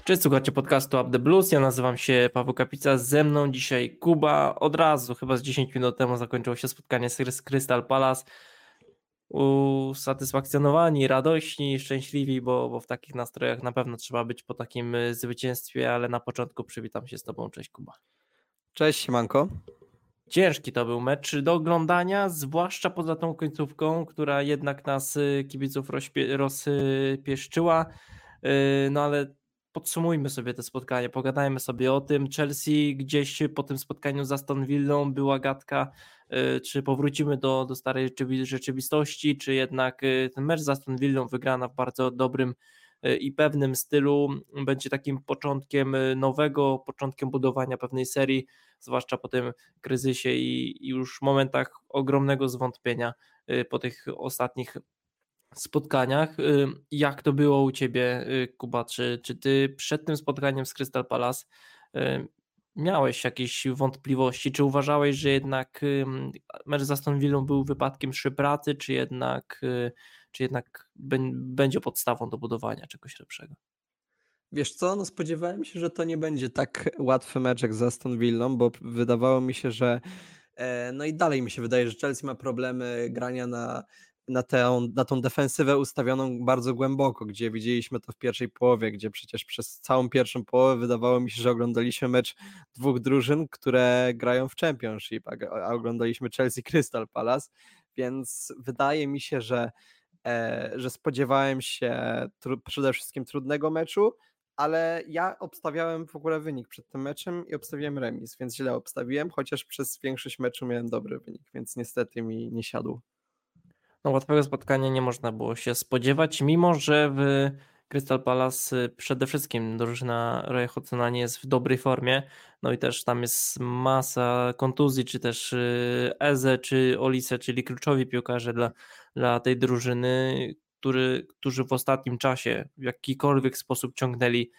Cześć, słuchajcie podcastu Up the Blues. Ja nazywam się Paweł Kapica, ze mną dzisiaj Kuba. Od razu, chyba z 10 minut temu zakończyło się spotkanie z Crystal Palace. Usatysfakcjonowani, radośni, szczęśliwi, bo w takich nastrojach na pewno trzeba być po takim zwycięstwie, ale na początku przywitam się z Tobą. Cześć, Kuba. Cześć, siemanko. Ciężki to był mecz do oglądania, zwłaszcza poza tą końcówką, która jednak nas kibiców rozpieszczyła, no ale podsumujmy sobie te spotkanie, pogadajmy sobie o tym. Chelsea gdzieś po tym spotkaniu z Aston Villą była gadka, czy powrócimy do starej rzeczywistości, czy jednak ten mecz z Aston Villą wygrana w bardzo dobrym i pewnym stylu będzie takim początkiem początkiem budowania pewnej serii, zwłaszcza po tym kryzysie i już momentach ogromnego zwątpienia po tych ostatnich spotkaniach. Jak to było u Ciebie, Kuba? Czy Ty przed tym spotkaniem z Crystal Palace miałeś jakieś wątpliwości? Czy uważałeś, że jednak mecz z Aston Villą był wypadkiem pracy, czy jednak będzie podstawą do budowania czegoś lepszego? Wiesz co, no spodziewałem się, że to nie będzie tak łatwy mecz jak z Aston Villą, bo wydawało mi się, że no i dalej mi się wydaje, że Chelsea ma problemy grania na tą defensywę ustawioną bardzo głęboko, gdzie widzieliśmy to w pierwszej połowie, gdzie przecież przez całą pierwszą połowę wydawało mi się, że oglądaliśmy mecz dwóch drużyn, które grają w Championship, a oglądaliśmy Chelsea Crystal Palace, więc wydaje mi się, że spodziewałem się przede wszystkim trudnego meczu, ale ja obstawiałem w ogóle wynik przed tym meczem i obstawiłem remis, więc źle obstawiłem, chociaż przez większość meczu miałem dobry wynik, więc niestety mi nie siadł. No, łatwego spotkania nie można było się spodziewać, mimo że w Crystal Palace przede wszystkim drużyna Roya Hodgsona nie jest w dobrej formie, no i też tam jest masa kontuzji, czy też Eze, czy Olise, czyli kluczowi piłkarze dla tej drużyny, którzy w ostatnim czasie w jakikolwiek sposób ciągnęli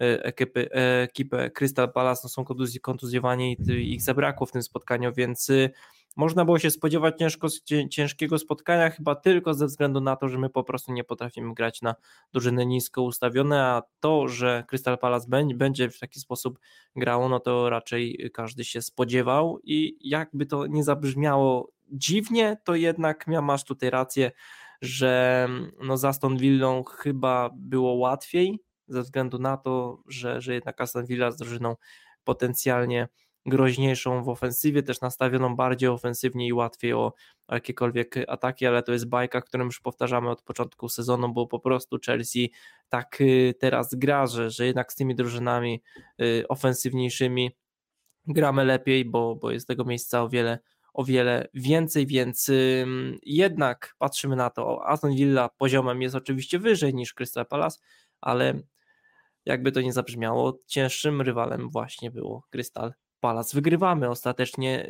ekipę Crystal Palace, no są kontuzjowani i ich zabrakło w tym spotkaniu, więc można było się spodziewać ciężkiego spotkania, chyba tylko ze względu na to, że my po prostu nie potrafimy grać na drużyny nisko ustawione, a to, że Crystal Palace będzie w taki sposób grało, no to raczej każdy się spodziewał i jakby to nie zabrzmiało dziwnie, to jednak masz tutaj rację, że no z Aston Villą chyba było łatwiej, ze względu na to, że jednak Aston Villa z drużyną potencjalnie groźniejszą w ofensywie, też nastawioną bardziej ofensywnie i łatwiej o jakiekolwiek ataki, ale to jest bajka, którą już powtarzamy od początku sezonu, bo po prostu Chelsea tak teraz gra, że jednak z tymi drużynami ofensywniejszymi gramy lepiej, bo jest tego miejsca o wiele więcej, więc jednak patrzymy na to, Aston Villa poziomem jest oczywiście wyżej niż Crystal Palace, ale jakby to nie zabrzmiało, cięższym rywalem właśnie było Crystal Palace. Wygrywamy ostatecznie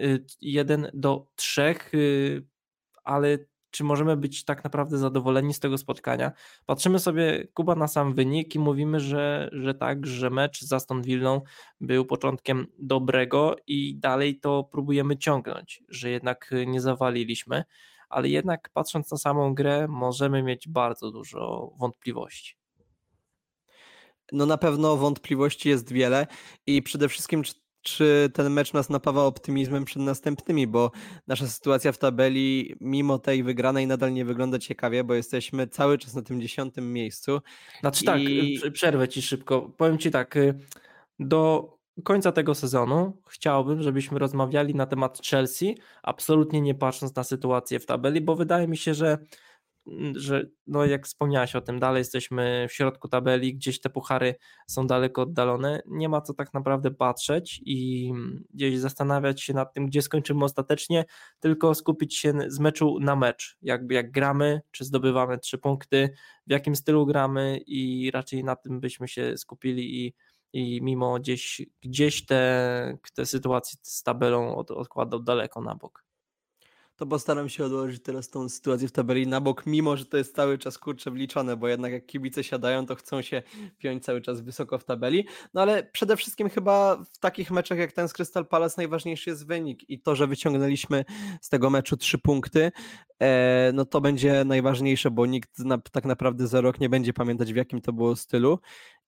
1-3, ale czy możemy być tak naprawdę zadowoleni z tego spotkania? Patrzymy sobie, Kuba, na sam wynik i mówimy, że tak, że mecz z Aston Villą był początkiem dobrego i dalej to próbujemy ciągnąć, że jednak nie zawaliliśmy, ale jednak patrząc na samą grę możemy mieć bardzo dużo wątpliwości. No na pewno wątpliwości jest wiele i przede wszystkim czy ten mecz nas napawa optymizmem przed następnymi, bo nasza sytuacja w tabeli mimo tej wygranej nadal nie wygląda ciekawie, bo jesteśmy cały czas na tym 10. miejscu. Znaczy tak, przerwę Ci szybko, powiem Ci tak, do końca tego sezonu chciałbym, żebyśmy rozmawiali na temat Chelsea, absolutnie nie patrząc na sytuację w tabeli, bo wydaje mi się, że no jak wspomniałaś o tym, dalej jesteśmy w środku tabeli, gdzieś te puchary są daleko oddalone, nie ma co tak naprawdę patrzeć i gdzieś zastanawiać się nad tym, gdzie skończymy ostatecznie, tylko skupić się z meczu na mecz, jak gramy, czy zdobywamy 3 punkty, w jakim stylu gramy i raczej na tym byśmy się skupili i mimo gdzieś te sytuacje z tabelą odkładał daleko na bok. To postaram się odłożyć teraz tą sytuację w tabeli na bok, mimo że to jest cały czas kurczę wliczone, bo jednak jak kibice siadają, to chcą się piąć cały czas wysoko w tabeli. No ale przede wszystkim chyba w takich meczach jak ten z Crystal Palace najważniejszy jest wynik i to, że wyciągnęliśmy z tego meczu 3 punkty, no to będzie najważniejsze, bo nikt tak naprawdę za rok nie będzie pamiętać, w jakim to było stylu.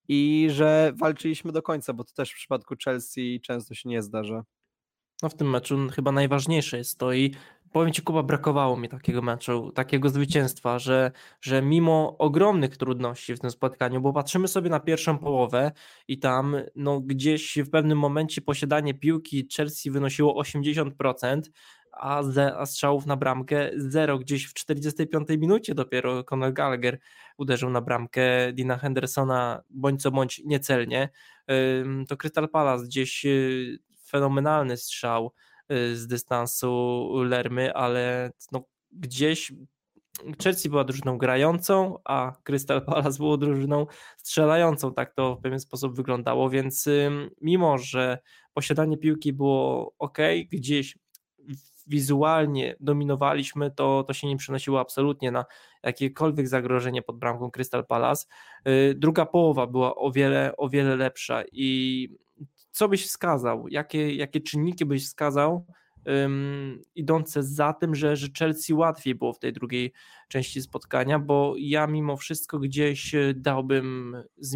i że walczyliśmy do końca, bo to też w przypadku Chelsea często się nie zdarza. No w tym meczu chyba najważniejsze jest to i powiem Ci, Kuba, brakowało mi takiego meczu, takiego zwycięstwa, że mimo ogromnych trudności w tym spotkaniu, bo patrzymy sobie na pierwszą połowę i tam no, gdzieś w pewnym momencie posiadanie piłki Chelsea wynosiło 80%, a strzałów na bramkę zero. Gdzieś w 45 minucie dopiero Conor Gallagher uderzył na bramkę Deana Hendersona, bądź co bądź niecelnie. To Crystal Palace gdzieś fenomenalny strzał z dystansu Lermy, ale no, gdzieś Chelsea była drużyną grającą, a Crystal Palace było drużyną strzelającą, tak to w pewien sposób wyglądało, więc mimo, że posiadanie piłki było ok, gdzieś wizualnie dominowaliśmy, to się nie przenosiło absolutnie na jakiekolwiek zagrożenie pod bramką Crystal Palace. Druga połowa była o wiele lepsza i co byś wskazał, jakie czynniki byś wskazał, idące za tym, że Chelsea łatwiej było w tej drugiej części spotkania, bo ja mimo wszystko gdzieś dałbym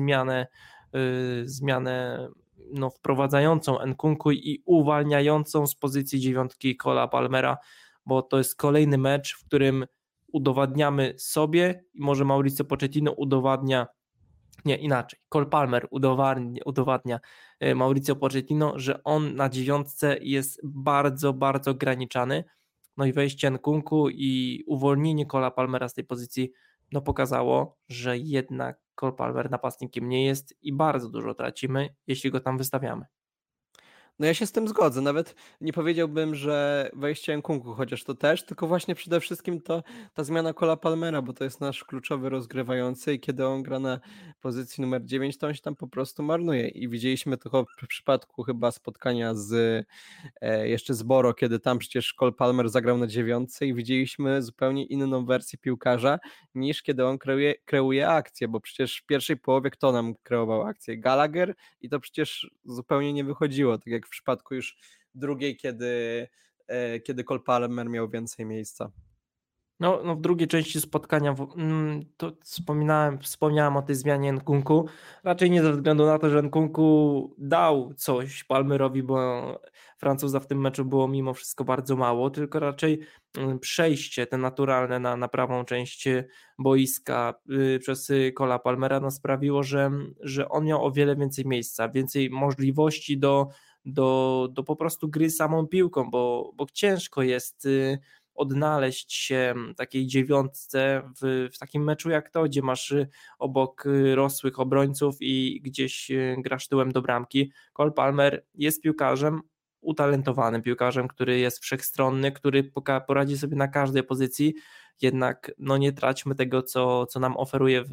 zmianę no, wprowadzającą Nkunku i uwalniającą z pozycji dziewiątki Cole'a Palmera, bo to jest kolejny mecz, w którym udowadniamy sobie i może Mauricio Pochettino udowadnia, nie, inaczej, Cole Palmer udowadnia Mauricio Pochettino, że on na dziewiątce jest bardzo, bardzo ograniczany. No i wejście Nkunku i uwolnienie Cole'a Palmera z tej pozycji no pokazało, że jednak Cole Palmer napastnikiem nie jest i bardzo dużo tracimy, jeśli go tam wystawiamy. No ja się z tym zgodzę. Nawet nie powiedziałbym, że wejście Nkunku, chociaż to też, tylko właśnie przede wszystkim to ta zmiana Cole'a Palmera, bo to jest nasz kluczowy rozgrywający i kiedy on gra na pozycji numer 9, to on się tam po prostu marnuje. I widzieliśmy to w przypadku chyba spotkania z jeszcze z Boro, kiedy tam przecież Cole Palmer zagrał na dziewiątce i widzieliśmy zupełnie inną wersję piłkarza niż kiedy on kreuje akcję, bo przecież w pierwszej połowie kto nam kreował akcję? Gallagher i to przecież zupełnie nie wychodziło, tak jak w przypadku już drugiej, kiedy Cole Palmer miał więcej miejsca. No w drugiej części spotkania to wspomniałem o tej zmianie Nkunku, raczej nie ze względu na to, że Nkunku dał coś Palmerowi, bo Francuza w tym meczu było mimo wszystko bardzo mało, tylko raczej przejście te naturalne na prawą część boiska przez Cole'a Palmera no, sprawiło, że on miał o wiele więcej miejsca, więcej możliwości do po prostu gry samą piłką, bo ciężko jest odnaleźć się takiej dziewiątce w takim meczu jak to, gdzie masz obok rosłych obrońców i gdzieś grasz tyłem do bramki. Cole Palmer jest piłkarzem, utalentowanym piłkarzem, który jest wszechstronny, który poradzi sobie na każdej pozycji, jednak no nie traćmy tego, co nam oferuje w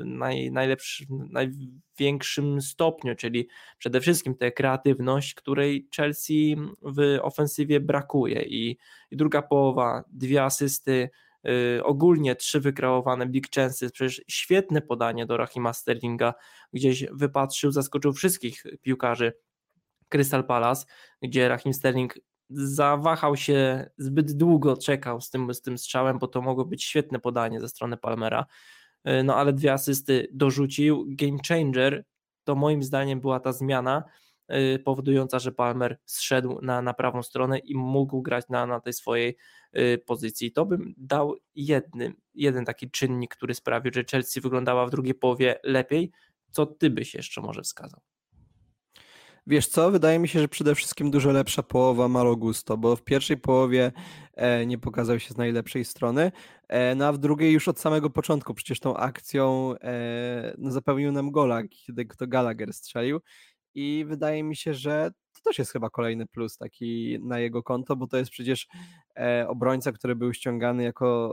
największym stopniu, czyli przede wszystkim tę kreatywność, której Chelsea w ofensywie brakuje i druga połowa, 2 asysty, ogólnie 3 wykreowane big chances, przecież świetne podanie do Rahima Sterlinga, gdzieś wypatrzył, zaskoczył wszystkich piłkarzy Crystal Palace, gdzie Raheem Sterling zawahał się, zbyt długo czekał z tym strzałem, bo to mogło być świetne podanie ze strony Palmera, no ale 2 asysty dorzucił, game changer to moim zdaniem była ta zmiana powodująca, że Palmer zszedł na prawą stronę i mógł grać na tej swojej pozycji. To bym dał jeden taki czynnik, który sprawił, że Chelsea wyglądała w drugiej połowie lepiej. Co ty byś jeszcze może wskazał? Wiesz co, wydaje mi się, że przede wszystkim dużo lepsza połowa Malo Gusto, bo w pierwszej połowie nie pokazał się z najlepszej strony, no a w drugiej już od samego początku przecież tą akcją no zapewnił nam gola, kiedy to Gallagher strzelił i wydaje mi się, że to też jest chyba kolejny plus taki na jego konto, bo to jest przecież obrońca, który był ściągany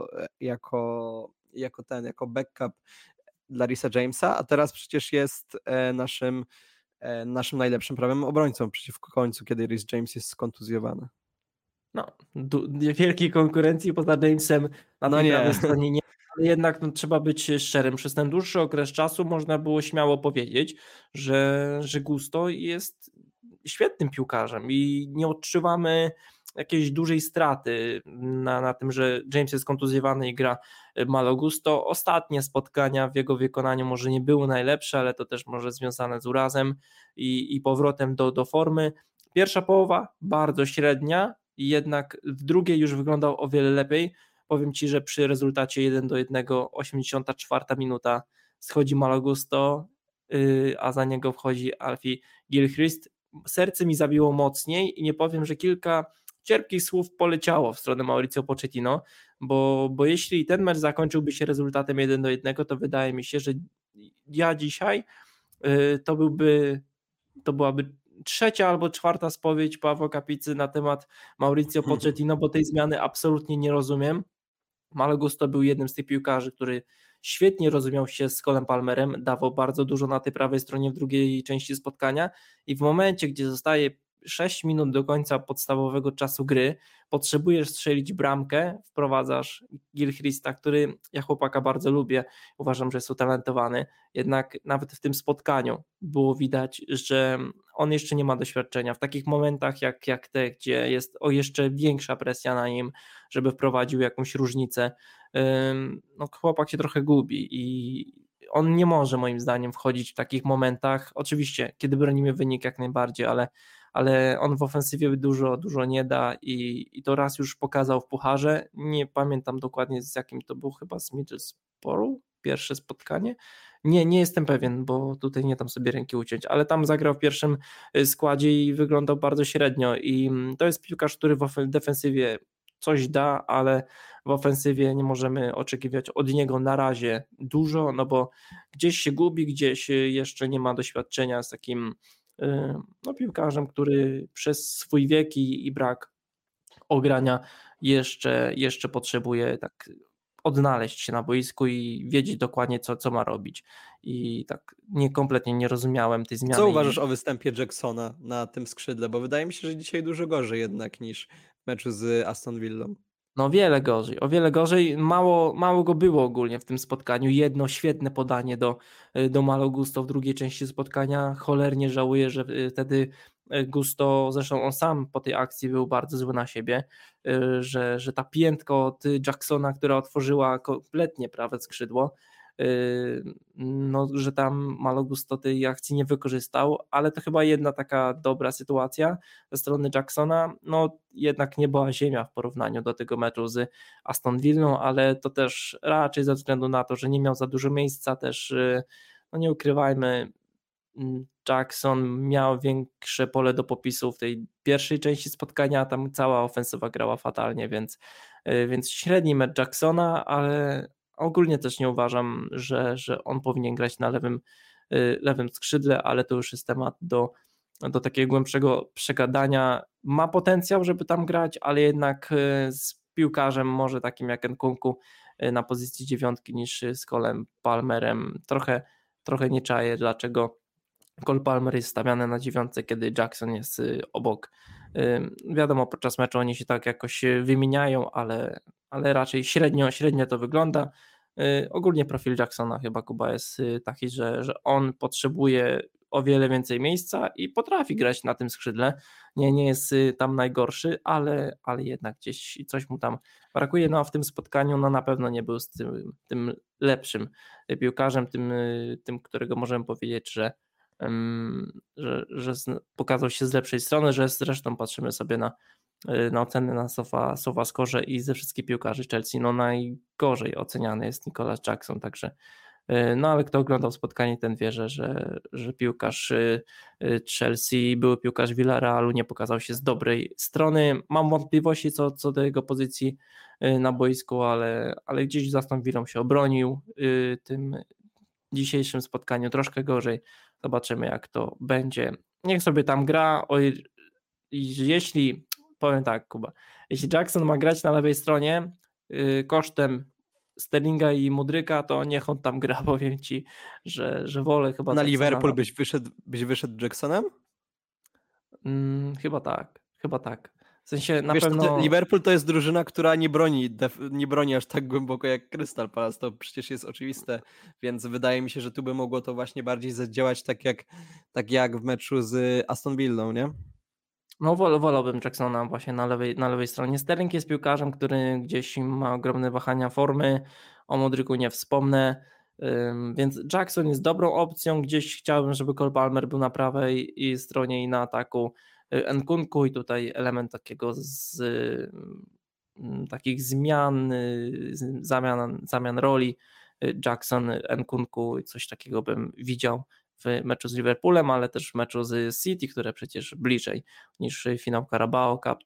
jako backup dla Reesa Jamesa, a teraz przecież jest naszym najlepszym prawym obrońcą przeciwko końcu, kiedy Reece James jest skontuzjowany. No, wielkiej konkurencji poza Jamesem na No tej nie. prawej stronie nie, ale jednak no, trzeba być szczerym. Przez ten dłuższy okres czasu można było śmiało powiedzieć, że Gusto jest świetnym piłkarzem i nie odczuwamy jakiejś dużej straty na tym, że James jest kontuzjowany i gra Malo Gusto. Ostatnie spotkania w jego wykonaniu może nie były najlepsze, ale to też może związane z urazem i powrotem do formy. Pierwsza połowa bardzo średnia, jednak w drugiej już wyglądał o wiele lepiej. Powiem Ci, że przy rezultacie 1-1, 84 minuta, schodzi Malo Gusto, a za niego wchodzi Alfie Gilchrist. Serce mi zabiło mocniej i nie powiem, że kilka cierpkich słów poleciało w stronę Mauricio Pochettino, bo jeśli ten mecz zakończyłby się rezultatem 1-1, to wydaje mi się, że ja dzisiaj to byłaby trzecia albo czwarta spowiedź Pawła Kapicy na temat Mauricio Pochettino, bo tej zmiany absolutnie nie rozumiem. Malo Gusto był jednym z tych piłkarzy, który świetnie rozumiał się z Colem Palmerem, dawał bardzo dużo na tej prawej stronie w drugiej części spotkania i w momencie, gdzie zostaje 6 minut do końca podstawowego czasu gry, potrzebujesz strzelić bramkę, wprowadzasz Gilchrista, który ja chłopaka bardzo lubię, uważam, że jest utalentowany, jednak nawet w tym spotkaniu było widać, że on jeszcze nie ma doświadczenia. W takich momentach jak te, gdzie jest o jeszcze większa presja na nim, żeby wprowadził jakąś różnicę, no chłopak się trochę gubi i on nie może moim zdaniem wchodzić w takich momentach, oczywiście kiedy bronimy wynik jak najbardziej, ale on w ofensywie dużo nie da i to raz już pokazał w pucharze, nie pamiętam dokładnie z jakim to był, chyba z Middlesbrough, pierwsze spotkanie, nie jestem pewien, bo tutaj nie dam sobie ręki uciąć, ale tam zagrał w pierwszym składzie i wyglądał bardzo średnio i to jest piłkarz, który w defensywie coś da, ale w ofensywie nie możemy oczekiwać od niego na razie dużo, no bo gdzieś się gubi, gdzieś jeszcze nie ma doświadczenia z takim no, piłkarzem, który przez swój wiek i brak ogrania jeszcze potrzebuje tak odnaleźć się na boisku i wiedzieć dokładnie co ma robić i tak kompletnie nie rozumiałem tej zmiany. Co uważasz o występie Jacksona na tym skrzydle, bo wydaje mi się, że dzisiaj dużo gorzej jednak niż w meczu z Aston Villą. No o wiele gorzej, mało go było ogólnie w tym spotkaniu, jedno świetne podanie do Malo Gusto w drugiej części spotkania, cholernie żałuję, że wtedy Gusto, zresztą on sam po tej akcji był bardzo zły na siebie, że ta piętka od Jacksona, która otworzyła kompletnie prawe skrzydło, no, że tam Malo Gusto tej akcji nie wykorzystał, ale to chyba jedna taka dobra sytuacja ze strony Jacksona, no jednak nie była ziemia w porównaniu do tego meczu z Aston Villą, ale to też raczej ze względu na to, że nie miał za dużo miejsca, też no nie ukrywajmy, Jackson miał większe pole do popisu w tej pierwszej części spotkania, tam cała ofensywa grała fatalnie, więc średni mecz Jacksona, ale ogólnie też nie uważam, że on powinien grać na lewym skrzydle, ale to już jest temat do takiego głębszego przegadania. Ma potencjał, żeby tam grać, ale jednak z piłkarzem może takim jak Nkunku na pozycji 9 niż z Colem Palmerem. Trochę nie czaję, dlaczego Cole Palmer jest stawiany na 9, kiedy Jackson jest obok. Wiadomo, podczas meczu oni się tak jakoś wymieniają, ale raczej średnio to wygląda. Ogólnie profil Jacksona chyba, Kuba, jest taki, że on potrzebuje o wiele więcej miejsca i potrafi grać na tym skrzydle. Nie jest tam najgorszy, ale jednak gdzieś coś mu tam brakuje. No a w tym spotkaniu no na pewno nie był z tym lepszym piłkarzem, tym, którego możemy powiedzieć, że pokazał się z lepszej strony, że zresztą patrzymy sobie na oceny na SofaScore i ze wszystkich piłkarzy Chelsea no najgorzej oceniany jest Nicolas Jackson, także no ale kto oglądał spotkanie, ten wie, że piłkarz Chelsea, były piłkarz Villarrealu nie pokazał się z dobrej strony. Mam wątpliwości co do jego pozycji na boisku, ale gdzieś z Aston Villą się obronił. Tym dzisiejszym spotkaniu troszkę gorzej. Zobaczymy jak to będzie. Niech sobie tam gra. Jeśli, powiem tak, Kuba, jeśli Jackson ma grać na lewej stronie kosztem Sterlinga i Mudryka, to niech on tam gra, powiem ci, że wolę chyba Na Jacksona. Liverpool byś wyszedł Jacksonem? Chyba tak. W sensie na Wiesz, pewno... Liverpool to jest drużyna, która nie broni aż tak głęboko jak Crystal Palace, to przecież jest oczywiste, więc wydaje mi się, że tu by mogło to właśnie bardziej zadziałać tak jak w meczu z Aston Villą, nie? No wolałbym Jacksona właśnie na lewej stronie. Sterling jest piłkarzem, który gdzieś ma ogromne wahania formy, o Mudryku nie wspomnę, więc Jackson jest dobrą opcją, gdzieś chciałbym, żeby Cole Palmer był na prawej i stronie i na ataku Nkunku i tutaj element takiego takich zmian, zamian roli Jackson, Nkunku, coś takiego bym widział w meczu z Liverpoolem, ale też w meczu z City, które przecież bliżej niż finał Carabao Cup,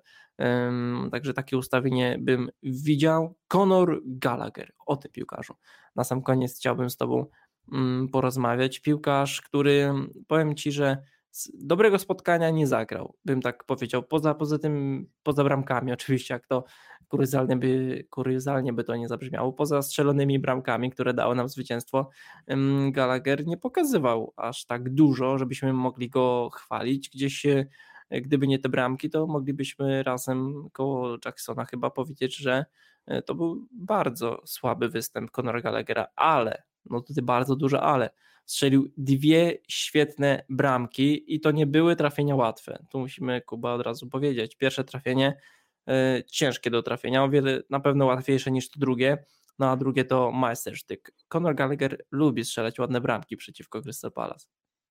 także takie ustawienie bym widział. Conor Gallagher, o tym piłkarzu. Na sam koniec chciałbym z Tobą porozmawiać. Piłkarz, który powiem Ci, że z dobrego spotkania nie zagrał, bym tak powiedział, poza bramkami oczywiście, jak to kuriozalnie by to nie zabrzmiało, poza strzelonymi bramkami, które dały nam zwycięstwo, Gallagher nie pokazywał aż tak dużo, żebyśmy mogli go chwalić. Gdzieś gdyby nie te bramki, to moglibyśmy razem koło Jacksona chyba powiedzieć, że to był bardzo słaby występ Conora Gallaghera, ale, no tutaj bardzo duże ale, strzelił 2 świetne bramki i to nie były trafienia łatwe. Tu musimy, Kuba, od razu powiedzieć. Pierwsze trafienie ciężkie do trafienia, o wiele na pewno łatwiejsze niż to drugie, no a drugie to majstersztyk. Conor Gallagher lubi strzelać ładne bramki przeciwko Crystal Palace.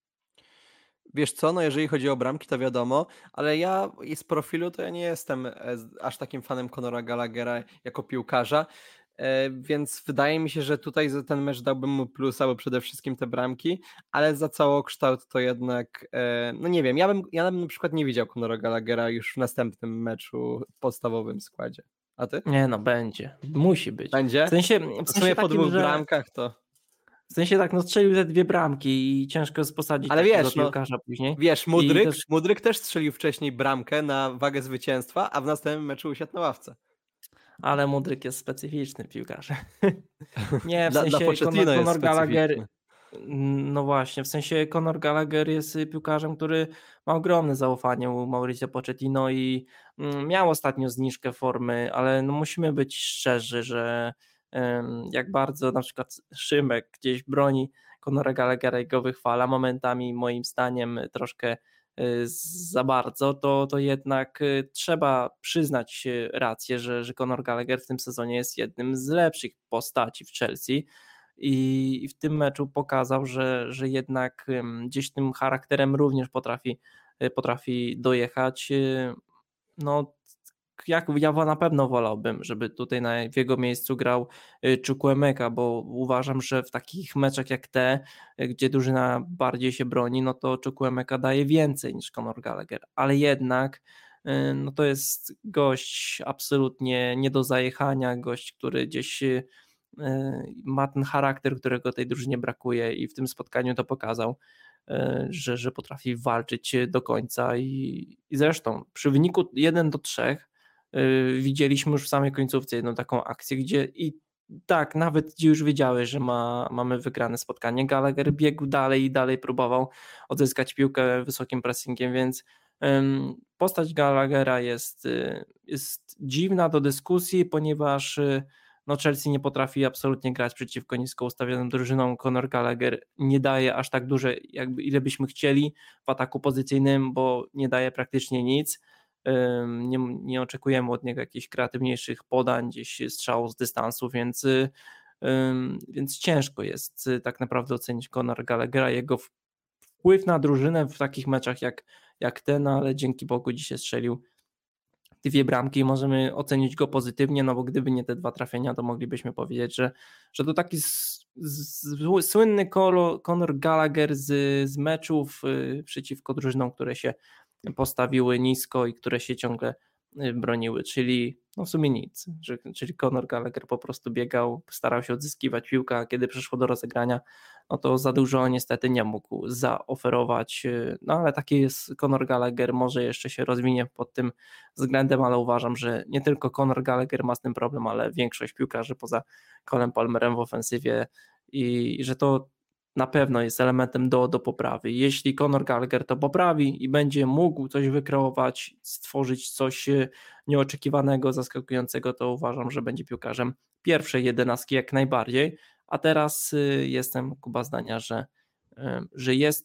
Wiesz co, no jeżeli chodzi o bramki, to wiadomo, ale ja i z profilu to ja nie jestem aż takim fanem Conora Gallaghera jako piłkarza, więc wydaje mi się, że tutaj za ten mecz dałbym mu plusa, bo przede wszystkim te bramki, ale za całokształt to jednak, no nie wiem, ja bym na przykład nie widział Conora Gallaghera już w następnym meczu w podstawowym składzie. A ty? Nie no, będzie, musi być. W Będzie? sensie, w W sensie sumie po takim, 2 że bramkach to... w sensie tak, no strzelił te 2 bramki i ciężko jest posadzić Ale takiego wiesz, no, piłkarza później. wiesz, I Mudryk, też Mudryk też strzelił wcześniej bramkę na wagę zwycięstwa, a w następnym meczu usiadł na ławce. ale Mudryk jest specyficzny piłkarz. Nie, w Dla sensie Pochettino jest Conor Gallagher, specyficzny. no właśnie, w sensie Conor Gallagher jest piłkarzem, który ma ogromne zaufanie u Mauricio Pochettino i miał ostatnio zniżkę formy, ale no musimy być szczerzy, że jak bardzo na przykład Szymek gdzieś broni Conora Gallaghera i go wychwala, momentami moim zdaniem troszkę za bardzo, to jednak trzeba przyznać rację, że Conor Gallagher w tym sezonie jest jednym z lepszych postaci w Chelsea i w tym meczu pokazał, że jednak gdzieś tym charakterem również potrafi dojechać. No, ja na pewno wolałbym, żeby tutaj w jego miejscu grał Chukwuemeka, bo uważam, że w takich meczach jak te, gdzie drużyna bardziej się broni, no to Chukwuemeka daje więcej niż Conor Gallagher, ale jednak no to jest gość absolutnie nie do zajechania, gość, który gdzieś ma ten charakter, którego tej drużynie brakuje i w tym spotkaniu to pokazał, że potrafi walczyć do końca i zresztą przy wyniku 1-3 widzieliśmy już w samej końcówce jedną taką akcję, gdzie i tak, nawet gdzie już wiedziałeś, że mamy wygrane spotkanie, Gallagher biegł dalej i dalej próbował odzyskać piłkę wysokim pressingiem, więc postać Gallaghera jest dziwna do dyskusji, ponieważ no Chelsea nie potrafi absolutnie grać przeciwko nisko ustawionym drużynom. Conor Gallagher nie daje aż tak duże, jakby ile byśmy chcieli w ataku pozycyjnym, bo nie daje praktycznie nic. Nie oczekujemy od niego jakichś kreatywniejszych podań, gdzieś strzałów z dystansu, więc ciężko jest tak naprawdę ocenić Conor Gallaghera, jego wpływ na drużynę w takich meczach jak ten, ale dzięki Bogu dzisiaj strzelił 2 bramki i możemy ocenić go pozytywnie, no bo gdyby nie te 2 trafienia, to moglibyśmy powiedzieć, że to taki słynny Conor Gallagher z meczów przeciwko drużynom, które się postawiły nisko i które się ciągle broniły, czyli no w sumie nic, czyli Conor Gallagher po prostu biegał, starał się odzyskiwać piłkę, a kiedy przyszło do rozegrania, no to za dużo niestety nie mógł zaoferować, no ale taki jest Conor Gallagher, może jeszcze się rozwinie pod tym względem, ale uważam, że nie tylko Conor Gallagher ma z tym problem, ale większość piłkarzy poza Colem Palmerem w ofensywie i że to na pewno jest elementem do poprawy. Jeśli Conor Gallagher to poprawi i będzie mógł coś wykreować, stworzyć coś nieoczekiwanego, zaskakującego, to uważam, że będzie piłkarzem pierwszej 11 jak najbardziej. A teraz jestem, Kuba, zdania, że jest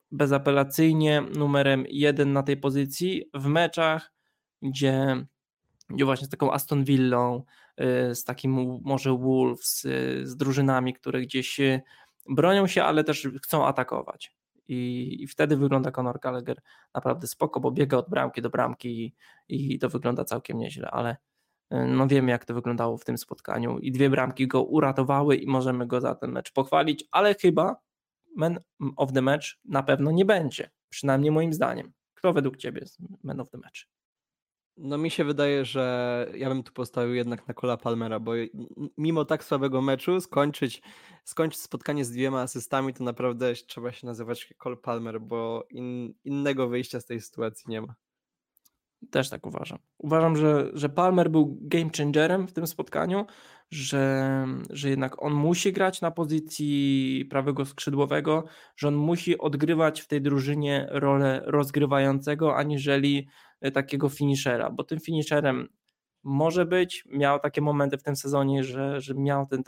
bezapelacyjnie numerem 1 na tej pozycji w meczach, gdzie właśnie z taką Aston Villą, z takim może Wolves, z drużynami, które gdzieś bronią się, ale też chcą atakować. I wtedy wygląda Conor Gallagher naprawdę spoko, bo biega od bramki do bramki i to wygląda całkiem nieźle, ale no wiemy, jak to wyglądało w tym spotkaniu i 2 bramki go uratowały i możemy go za ten mecz pochwalić, ale chyba man of the match na pewno nie będzie, przynajmniej moim zdaniem. Kto według Ciebie jest man of the match? No mi się wydaje, że ja bym tu postawił jednak na Cola Palmera, bo mimo tak słabego meczu skończyć spotkanie z 2 asystami, to naprawdę trzeba się nazywać Cole Palmer, bo innego wyjścia z tej sytuacji nie ma. Też tak uważam. Uważam, że Palmer był game changerem w tym spotkaniu, że jednak on musi grać na pozycji prawego skrzydłowego, że on musi odgrywać w tej drużynie rolę rozgrywającego, aniżeli takiego finishera, bo tym finisherem może być, miał takie momenty w tym sezonie, że miał ten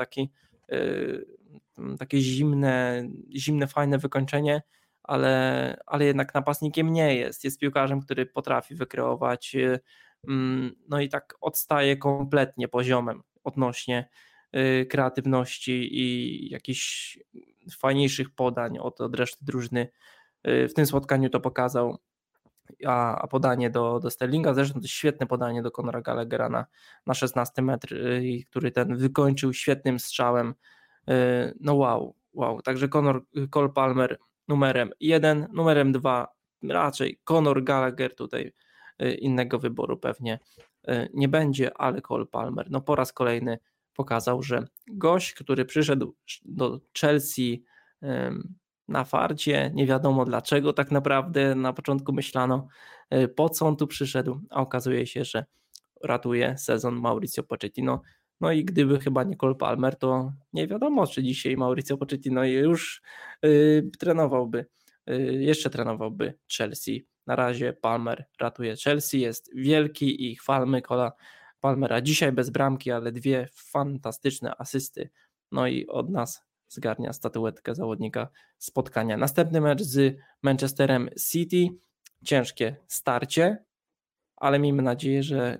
takie zimne, fajne wykończenie, ale jednak napastnikiem nie jest. Jest piłkarzem, który potrafi wykreować, no i tak odstaje kompletnie poziomem odnośnie kreatywności i jakichś fajniejszych podań od reszty drużyny. W tym spotkaniu to pokazał, a podanie do Sterlinga, zresztą to jest świetne podanie do Conora Gallaghera na 16 metr, który ten wykończył świetnym strzałem. No wow. Także Cole Palmer numerem 1, numerem 2 raczej Conor Gallagher, tutaj innego wyboru pewnie nie będzie, ale Cole Palmer no po raz kolejny pokazał, że gość, który przyszedł do Chelsea na farcie, nie wiadomo dlaczego tak naprawdę, na początku myślano po co on tu przyszedł, a okazuje się, że ratuje sezon Mauricio Pochettino. No i gdyby chyba nie Cole Palmer, to nie wiadomo, czy dzisiaj Mauricio Pochettino już jeszcze trenowałby Chelsea. Na razie Palmer ratuje Chelsea, jest wielki i chwalmy Cola Palmera. Dzisiaj bez bramki, ale 2 fantastyczne asysty. No i od nas zgarnia statuetkę zawodnika spotkania. Następny mecz z Manchesterem City. Ciężkie starcie, ale miejmy nadzieję, że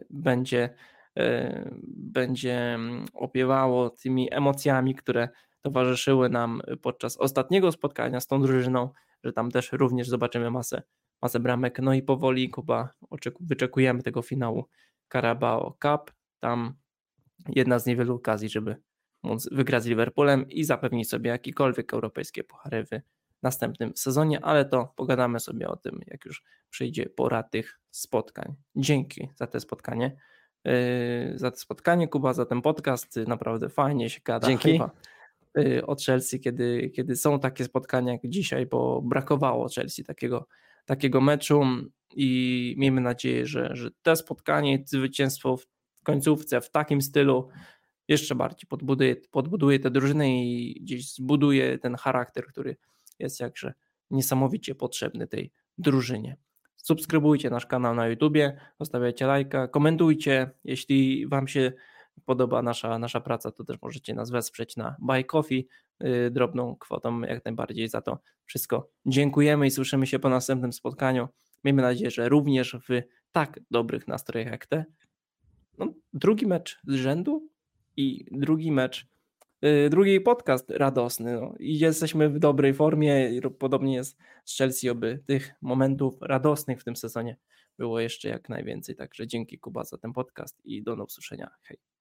będzie opiewało tymi emocjami, które towarzyszyły nam podczas ostatniego spotkania z tą drużyną, że tam też również zobaczymy masę bramek. No i powoli, Kuba, wyczekujemy tego finału Carabao Cup. Tam jedna z niewielu okazji, żeby móc wygrać z Liverpoolem i zapewnić sobie jakiekolwiek europejskie puchary w następnym sezonie, ale to pogadamy sobie o tym, jak już przyjdzie pora tych spotkań. Dzięki za to spotkanie, Kuba, za ten podcast. Naprawdę fajnie się gada. Dzięki. Chyba o Chelsea, kiedy są takie spotkania jak dzisiaj, bo brakowało Chelsea takiego meczu i miejmy nadzieję, że te spotkanie, zwycięstwo w końcówce w takim stylu jeszcze bardziej podbuduje tę drużynę i gdzieś zbuduje ten charakter, który jest jakże niesamowicie potrzebny tej drużynie. Subskrybujcie nasz kanał na YouTubie, zostawiajcie lajka, komentujcie, jeśli Wam się podoba nasza praca, to też możecie nas wesprzeć na Buy Coffee, drobną kwotą jak najbardziej za to wszystko. Dziękujemy i słyszymy się po następnym spotkaniu. Miejmy nadzieję, że również w tak dobrych nastrojach jak te. No, drugi mecz z rzędu i drugi podcast radosny. No. I jesteśmy w dobrej formie i podobnie jest z Chelsea, oby tych momentów radosnych w tym sezonie było jeszcze jak najwięcej. Także dzięki, Kuba, za ten podcast i do usłyszenia. Hej.